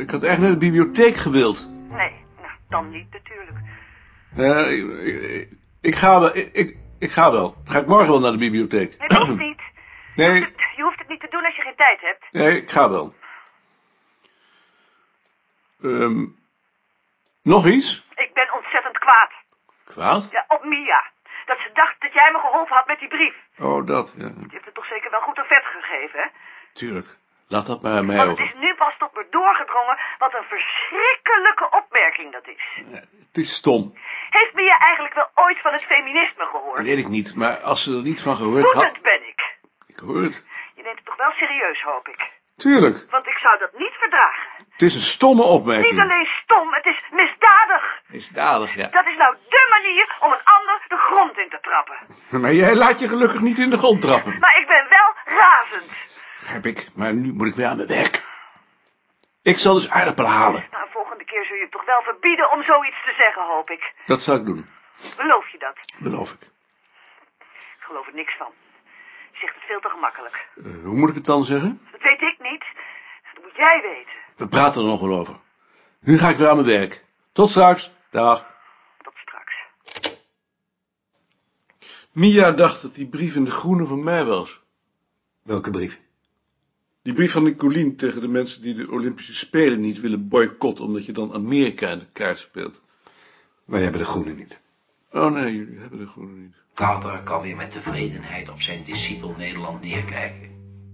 Ik had echt naar de bibliotheek gewild. Nee, nou, dan niet natuurlijk. Ik ga wel. Ik ga wel. Dan ga ik morgen wel naar de bibliotheek. Nee, dat hoeft niet. Nee. Je hoeft het niet te doen als je geen tijd hebt. Nee, ik ga wel. Nog iets? Ik ben ontzettend kwaad. Kwaad? Ja, op Mia. Dat ze dacht dat jij me geholpen had met die brief. Oh, dat, ja. Je hebt het toch zeker wel goed een vet gegeven, hè? Tuurlijk. Laat dat maar aan mij Want over. het is nu pas tot me doorgedrongen wat een verschrikkelijke opmerking dat is. Het is stom. Heeft Mia eigenlijk wel ooit van het feminisme gehoord? Dat weet ik niet, maar als ze er niet van gehoord had... Woedend ben ik. Ik hoor het. Je neemt het toch wel serieus, hoop ik. Tuurlijk. Want ik zou dat niet verdragen. Het is een stomme opmerking. Niet alleen stom, het is misdadig. Misdadig, ja. Dat is nou dé manier om een ander de grond in te trappen. Maar jij laat je gelukkig niet in de grond trappen. Maar ik ben wel razend. Begrijp ik, maar nu moet ik weer aan mijn werk. Ik zal dus aardappelen halen. Nou, volgende keer zul je het toch wel verbieden om zoiets te zeggen, hoop ik. Dat zal ik doen. Beloof je dat? Beloof ik. Ik geloof er niks van. Je zegt het veel te gemakkelijk. Hoe moet ik het dan zeggen? Dat weet ik niet. Dat moet jij weten. We praten er nog wel over. Nu ga ik weer aan mijn werk. Tot straks. Dag. Tot straks. Mia dacht dat die brief in de groene van mij was. Welke brief? Die brief van Nicolien tegen de mensen die de Olympische Spelen niet willen boycotten, omdat je dan Amerika in de kaart speelt. Wij hebben de groene niet. Oh nee, jullie hebben de groene niet. Carter kan weer met tevredenheid op zijn discipel Nederland neerkijken.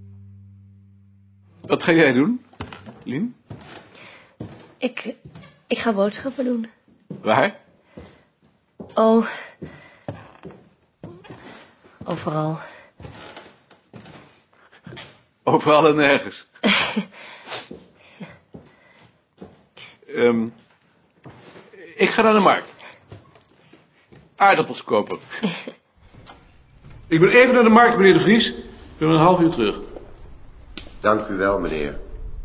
Wat ga jij doen, Lien? Ik ga boodschappen doen. Waar? Oh. Overal. Overal en nergens. Ik ga naar de markt. Aardappels kopen. Ik ben even naar de markt, meneer de Vries. Ik ben een half uur terug. Dank u wel, meneer.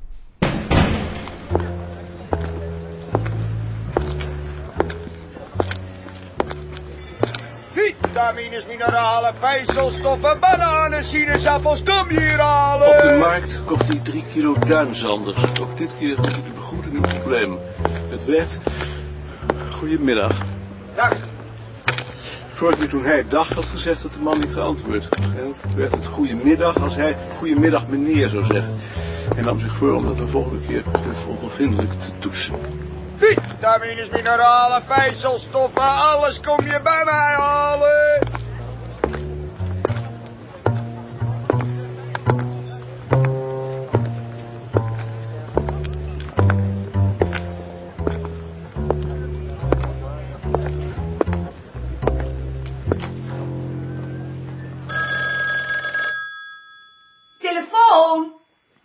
Vitamines, mineralen, vezelsstoffen, bananen, sinaasappels, kom hier halen. Op de markt kocht hij 3 kilo duinzanders. Ook dit keer had hij de begroeting een probleem. Het werd... Goedemiddag. Dag. Vorige keer toen hij dag had gezegd, had de man niet geantwoord. Waarschijnlijk werd het goedemiddag als hij goedemiddag meneer zou zeggen. Hij nam zich voor om dat de volgende keer onvriendelijk te toetsen. Vitamines, mineralen, vezelsstoffen, alles kom je bij mij halen. Telefoon!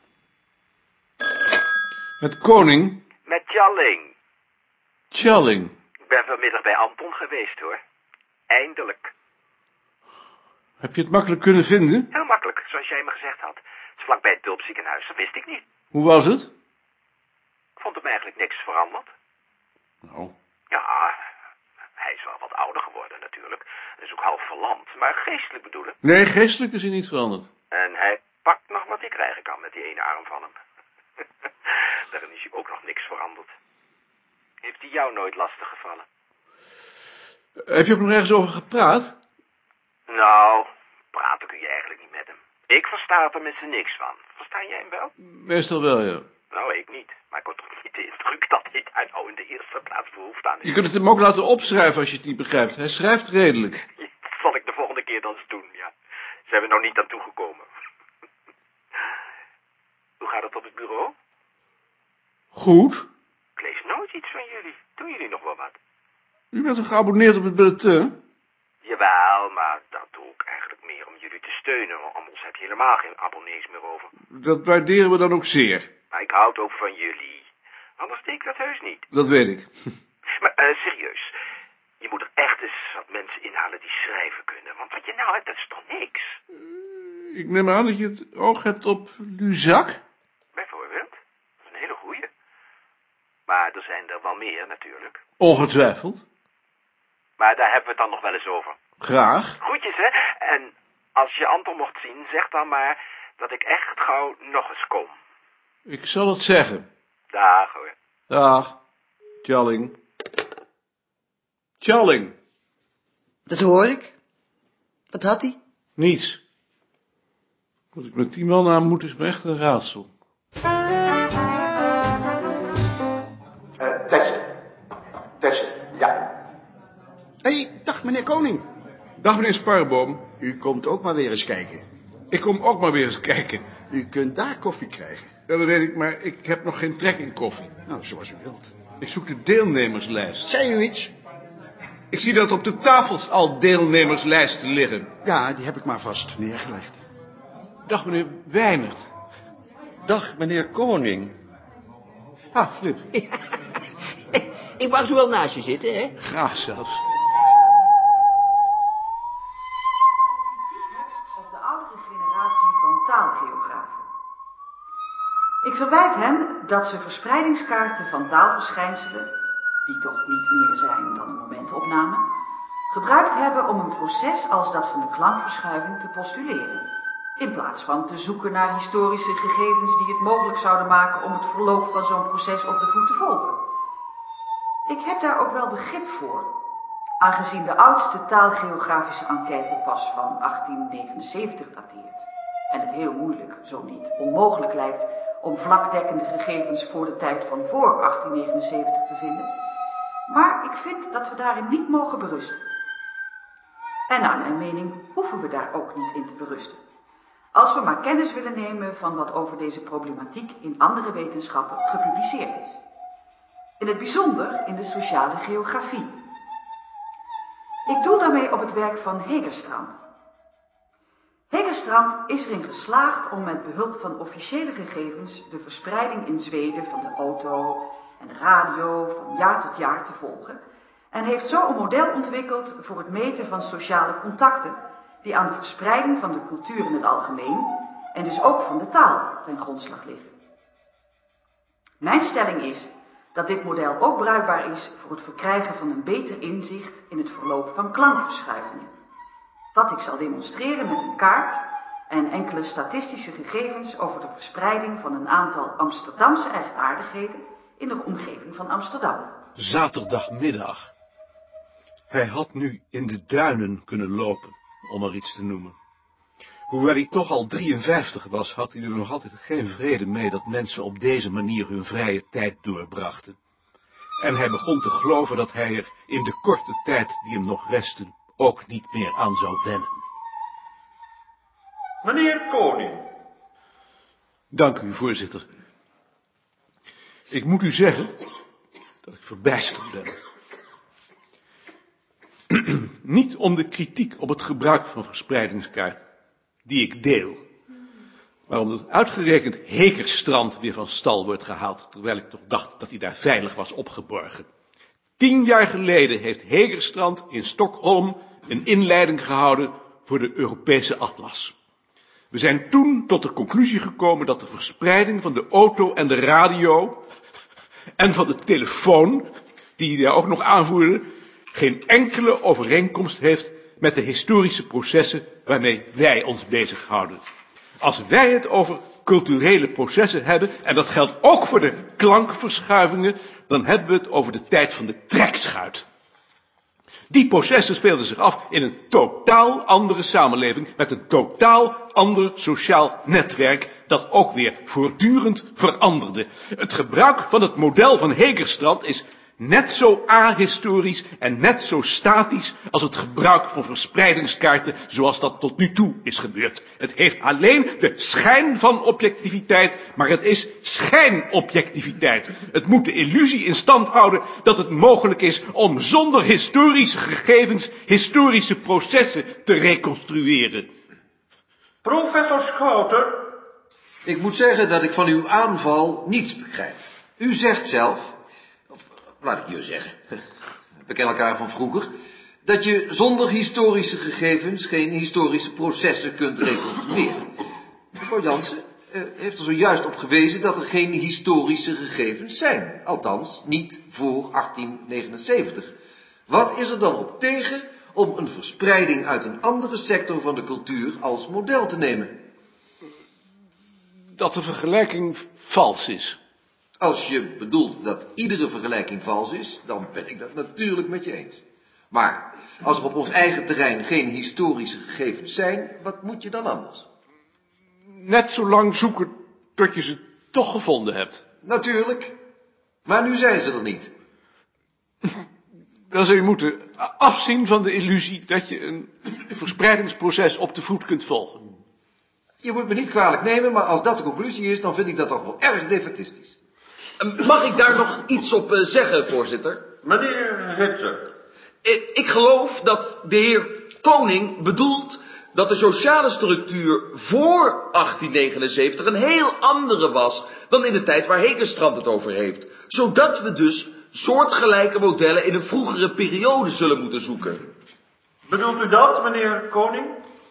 Met Koning? Met Tjalling. Tjalling. Ik ben vanmiddag bij Anton geweest, hoor. Eindelijk. Heb je het makkelijk kunnen vinden? Heel makkelijk, zoals jij me gezegd had. Het is vlakbij het tulpziekenhuis, dat wist ik niet. Hoe was het? Ik vond hem eigenlijk niks veranderd. Nou. Ja, hij is wel wat ouder geworden natuurlijk. Hij is ook half verlamd, maar geestelijk bedoelen. Nee, geestelijk is hij niet veranderd. En hij pakt nog wat hij krijgen kan met die ene arm van hem. Daarin is hij ook nog niks veranderd. Heeft hij jou nooit lastig gevallen? Heb je ook nog ergens over gepraat? Nou, praten kun je eigenlijk niet met hem. Ik versta er met z'n niks van. Versta jij hem wel? Meestal wel, ja. Nou, ik niet. Maar ik had toch niet de indruk dat hij daar nou in de eerste plaats behoefte aan heeft. Je kunt het hem ook laten opschrijven als je het niet begrijpt. Hij schrijft redelijk. Dat zal ik de volgende keer dan eens doen, ja. Zijn we nog niet aan toegekomen. Hoe gaat het op het bureau? Goed. Ik lees nooit iets van jullie. Doen jullie nog wel wat? U bent toch geabonneerd op het bulletin? Jawel, maar dat doe ik eigenlijk meer om jullie te steunen. Want anders heb je helemaal geen abonnees meer over. Dat waarderen we dan ook zeer. Maar ik houd ook van jullie. Anders deed ik dat heus niet. Dat weet ik. Maar serieus. Je moet er echt eens wat mensen inhalen die schrijven kunnen. Want wat je nou hebt, dat is toch niks? Ik neem aan dat je het oog hebt op Luzak? Bijvoorbeeld. Dat is een hele goeie. Maar er zijn er wel meer natuurlijk. Ongetwijfeld. Maar daar hebben we het dan nog wel eens over. Graag. Groetjes, hè. En als je Anton mocht zien, zeg dan maar dat ik echt gauw nog eens kom. Ik zal het zeggen. Dag hoor. Dag. Tjalling. Tjalling. Dat hoor ik. Wat had hij? Niets. Wat ik met die man aan moet is me echt een raadsel. Testen, ja. Hé, dag meneer Koning. Dag meneer Sparreboom. U komt ook maar weer eens kijken. Ik kom ook maar weer eens kijken. U kunt daar koffie krijgen. Ja, dat weet ik, maar ik heb nog geen trek in koffie. Nou, zoals u wilt. Ik zoek de deelnemerslijst. Zei u iets? Ik zie dat op de tafels al deelnemerslijsten liggen. Ja, die heb ik maar vast neergelegd. Dag meneer Weinert. Dag, meneer Koning. Ah, Flip. Ik mag er wel naast je zitten, hè? Graag zelfs. Of de oudere generatie van taalgeografen. Ik verwijt hen dat ze verspreidingskaarten van taalverschijnselen, die toch niet meer zijn dan een momentopname, gebruikt hebben om een proces als dat van de klankverschuiving te postuleren, in plaats van te zoeken naar historische gegevens die het mogelijk zouden maken om het verloop van zo'n proces op de voet te volgen. Ik heb daar ook wel begrip voor, aangezien de oudste taalgeografische enquête pas van 1879 dateert en het heel moeilijk, zo niet onmogelijk lijkt, om vlakdekkende gegevens voor de tijd van voor 1879 te vinden. Maar ik vind dat we daarin niet mogen berusten. En naar mijn mening hoeven we daar ook niet in te berusten. Als we maar kennis willen nemen van wat over deze problematiek in andere wetenschappen gepubliceerd is. In het bijzonder in de sociale geografie. Ik doel daarmee op het werk van Hegerstrand. Hegerstrand is erin geslaagd om met behulp van officiële gegevens de verspreiding in Zweden van de auto en de radio van jaar tot jaar te volgen en heeft zo een model ontwikkeld voor het meten van sociale contacten die aan de verspreiding van de cultuur in het algemeen en dus ook van de taal ten grondslag liggen. Mijn stelling is dat dit model ook bruikbaar is voor het verkrijgen van een beter inzicht in het verloop van klankverschuivingen. Wat ik zal demonstreren met een kaart en enkele statistische gegevens over de verspreiding van een aantal Amsterdamse eigenaardigheden in de omgeving van Amsterdam. Zaterdagmiddag. Hij had nu in de duinen kunnen lopen, om er iets te noemen. Hoewel hij toch al 53 was, had hij er nog altijd geen vrede mee dat mensen op deze manier hun vrije tijd doorbrachten. En hij begon te geloven dat hij er in de korte tijd die hem nog restte ook niet meer aan zou wennen. Meneer Koning. Dank u, voorzitter. Ik moet u zeggen dat ik verbijsterd ben. Niet om de kritiek op het gebruik van verspreidingskaart, die ik deel, maar omdat uitgerekend Hegerstrand weer van stal wordt gehaald, terwijl ik toch dacht dat hij daar veilig was opgeborgen. 10 jaar geleden heeft Hegerstrand in Stockholm een inleiding gehouden voor de Europese atlas. We zijn toen tot de conclusie gekomen dat de verspreiding van de auto en de radio en van de telefoon, die hij daar ook nog aanvoerde, geen enkele overeenkomst heeft met de historische processen waarmee wij ons bezighouden. Als wij het over culturele processen hebben, en dat geldt ook voor de klankverschuivingen, dan hebben we het over de tijd van de trekschuit. Die processen speelden zich af in een totaal andere samenleving met een totaal ander sociaal netwerk dat ook weer voortdurend veranderde. Het gebruik van het model van Hegerstrand is net zo ahistorisch en net zo statisch als het gebruik van verspreidingskaarten zoals dat tot nu toe is gebeurd. Het heeft alleen de schijn van objectiviteit, maar het is schijnobjectiviteit. Het moet de illusie in stand houden dat het mogelijk is om zonder historische gegevens historische processen te reconstrueren. Professor Schouten. Ik moet zeggen dat ik van uw aanval niets begrijp. U zegt zelf, laat ik je zeggen, we kennen elkaar van vroeger, dat je zonder historische gegevens geen historische processen kunt reconstrueren. Mevrouw Jansen heeft er zojuist op gewezen dat er geen historische gegevens zijn, althans niet voor 1879. Wat is er dan op tegen om een verspreiding uit een andere sector van de cultuur als model te nemen? Dat de vergelijking vals is. Als je bedoelt dat iedere vergelijking vals is, dan ben ik dat natuurlijk met je eens. Maar als er op ons eigen terrein geen historische gegevens zijn, wat moet je dan anders? Net zo lang zoeken tot je ze toch gevonden hebt. Natuurlijk. Maar nu zijn ze er niet. Dan zou je moeten afzien van de illusie dat je een verspreidingsproces op de voet kunt volgen. Je moet me niet kwalijk nemen, maar als dat de conclusie is, dan vind ik dat toch wel erg defaitistisch. Mag ik daar nog iets op zeggen, voorzitter? Meneer Ritser. Ik geloof dat de heer Koning bedoelt dat de sociale structuur voor 1879 een heel andere was dan in de tijd waar Hekenstrand het over heeft. Zodat we dus soortgelijke modellen in een vroegere periode zullen moeten zoeken. Bedoelt u dat, meneer Koning?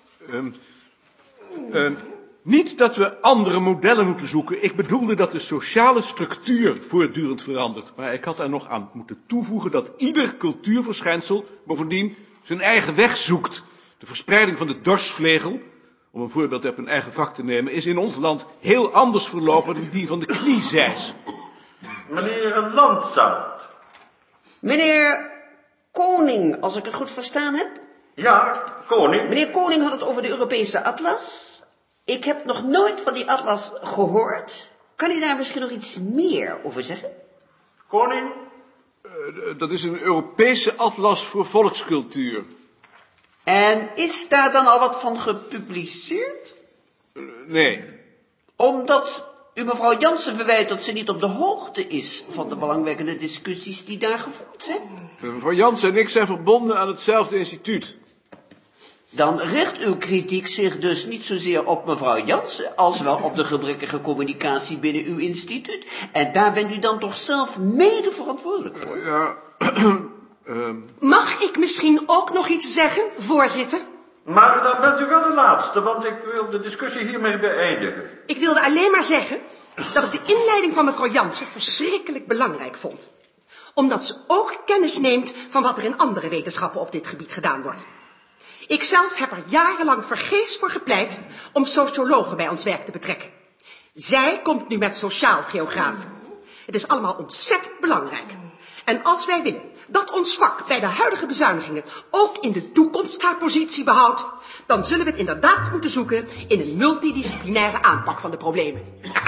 Niet dat we andere modellen moeten zoeken. Ik bedoelde dat de sociale structuur voortdurend verandert. Maar ik had er nog aan moeten toevoegen dat ieder cultuurverschijnsel bovendien zijn eigen weg zoekt. De verspreiding van de dorsvlegel, om een voorbeeld uit mijn eigen vak te nemen, is in ons land heel anders verlopen dan die van de kniezeis. Meneer Landzaat. Meneer Koning, als ik het goed verstaan heb. Ja, Koning. Meneer Koning had het over de Europese atlas. Ik heb nog nooit van die atlas gehoord. Kan u daar misschien nog iets meer over zeggen? Koning? Dat is een Europese atlas voor volkscultuur. En is daar dan al wat van gepubliceerd? Nee. Omdat u mevrouw Jansen verwijt dat ze niet op de hoogte is van de belangwekkende discussies die daar gevoerd zijn? Mevrouw Jansen en ik zijn verbonden aan hetzelfde instituut. Dan richt uw kritiek zich dus niet zozeer op mevrouw Jansen, als wel op de gebrekkige communicatie binnen uw instituut. En daar bent u dan toch zelf mede verantwoordelijk voor? Ja, Mag ik misschien ook nog iets zeggen, voorzitter? Maar dan bent u wel de laatste, want ik wil de discussie hiermee beëindigen. Ik wilde alleen maar zeggen dat ik de inleiding van mevrouw Jansen verschrikkelijk belangrijk vond. Omdat ze ook kennis neemt van wat er in andere wetenschappen op dit gebied gedaan wordt. Ikzelf heb er jarenlang vergeefs voor gepleit om sociologen bij ons werk te betrekken. Zij komt nu met sociaal-geografen. Het is allemaal ontzettend belangrijk. En als wij willen dat ons vak bij de huidige bezuinigingen ook in de toekomst haar positie behoudt, dan zullen we het inderdaad moeten zoeken in een multidisciplinaire aanpak van de problemen.